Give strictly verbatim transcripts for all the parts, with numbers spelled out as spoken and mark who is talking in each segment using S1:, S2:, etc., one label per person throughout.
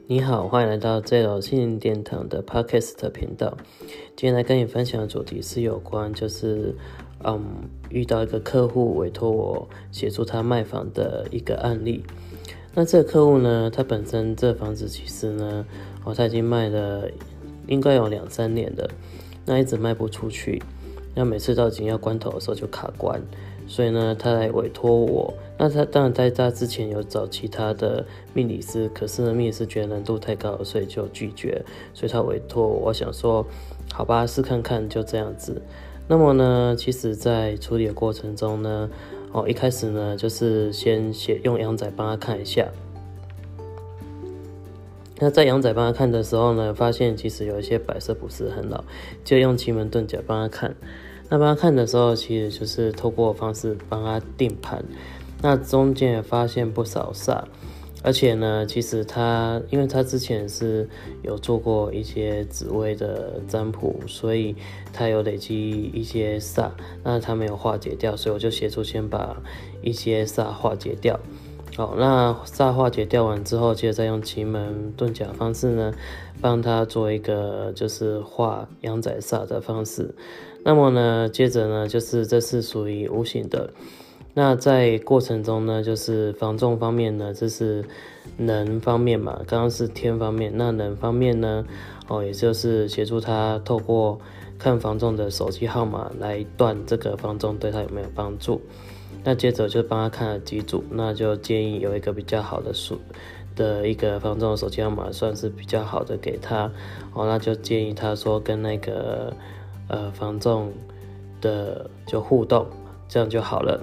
S1: 你好，欢迎来到 Z L 心灵殿堂的 Podcast 频道。今天来跟你分享的主题是有关，就是嗯，遇到一个客户委托我协助他卖房的一个案例。那这个客户呢，他本身这房子其实呢，哦，他已经卖了应该有两三年了，那一直卖不出去。那每次到紧要关头的时候就卡关，所以呢，他来委托我。那他当然在他之前有找其他的命理师，可是呢，命理师觉得难度太高了，所以就拒绝。所以他委托我，我想说，好吧，试看看，就这样子。那么呢，其实在处理的过程中呢，哦，一开始呢，就是先写用阳仔帮他看一下。那在阳仔帮他看的时候呢，发现其实有一些摆设不是很好，就用奇门遁甲帮他看。那帮他看的时候，其实就是透过方式帮他定盘。那中间也发现不少煞，而且呢，其实他因为他之前是有做过一些紫微的占卜，所以他有累积一些煞，那他没有化解掉，所以我就协助先把一些煞化解掉。好，那煞化解掉完之后，接着再用奇门遁甲方式呢，帮他做一个就是化阳仔煞的方式。那么呢，接着呢，就是这是属于无形的。那在过程中呢，就是房仲方面呢，这是能方面嘛，刚刚是天方面，那能方面呢，哦，也就是协助他透过看房仲的手机号码来断这个房仲对他有没有帮助。那接着就帮他看了几组，那就建议有一个比较好的数的一个房仲的手机号码，算是比较好的给他，哦，那就建议他说跟那个呃房仲的就互动，这样就好了。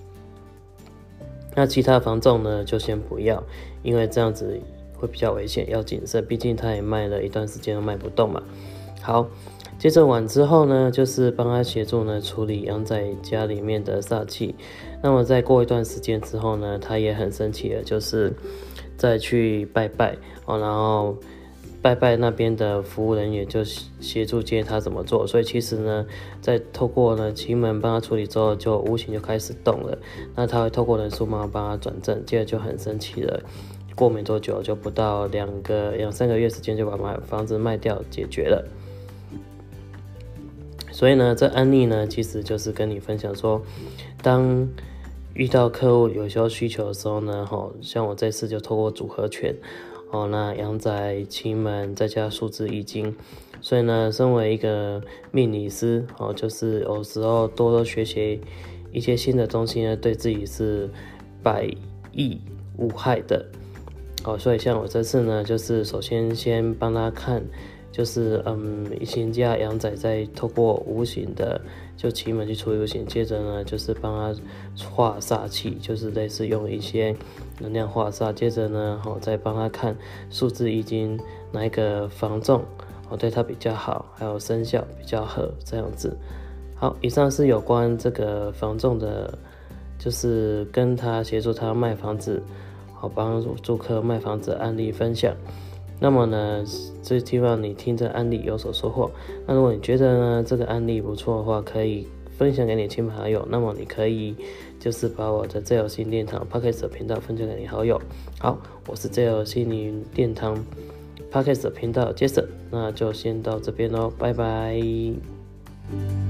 S1: 那其他房仲呢，就先不要，因为这样子会比较危险，要谨慎，毕竟他也卖了一段时间都卖不动嘛。好，接着完之后呢，就是帮他协助呢处理阳仔家里面的煞气。那么再过一段时间之后呢，他也很生气了，就是再去拜拜哦，然后拜拜那边的服务人员就协助建议他怎么做。所以其实呢，在透过呢奇门帮他处理之后，就无形就开始动了。那他会透过人数帮他帮他转正，接着就很生气了。过没多久，就不到两个两三个月时间，就把买房子卖掉解决了。所以呢，这案例呢，其实就是跟你分享说，当遇到客户有时候需求的时候呢，吼，像我这次就透过组合拳，哦，那阳仔、奇门再加数字易经，所以呢，身为一个命理师，哦，就是有时候多多学习一些新的东西呢，对自己是百益无害的。哦，所以像我这次呢，就是首先先帮他看。就是嗯，一行家阳仔在透过无形的就奇门去处理无形，接着呢就是帮他化煞气，就是类似用一些能量化煞，接着呢好、哦、再帮他看数字易经哪一个房仲哦对他比较好，还有生肖比较合这样子。好，以上是有关这个房仲的，就是跟他协助他卖房子，好帮助客卖房子的案例分享。那么呢，这希望你听这案例有所收获。那如果你觉得呢这个案例不错的话，可以分享给你亲朋好友。那么你可以就是把我的 Z L 心灵殿堂 Podcast 频道分享给你好友。好，我是 Z L 心灵殿堂 Podcast 频道 Jason， 那就先到这边咯，拜拜。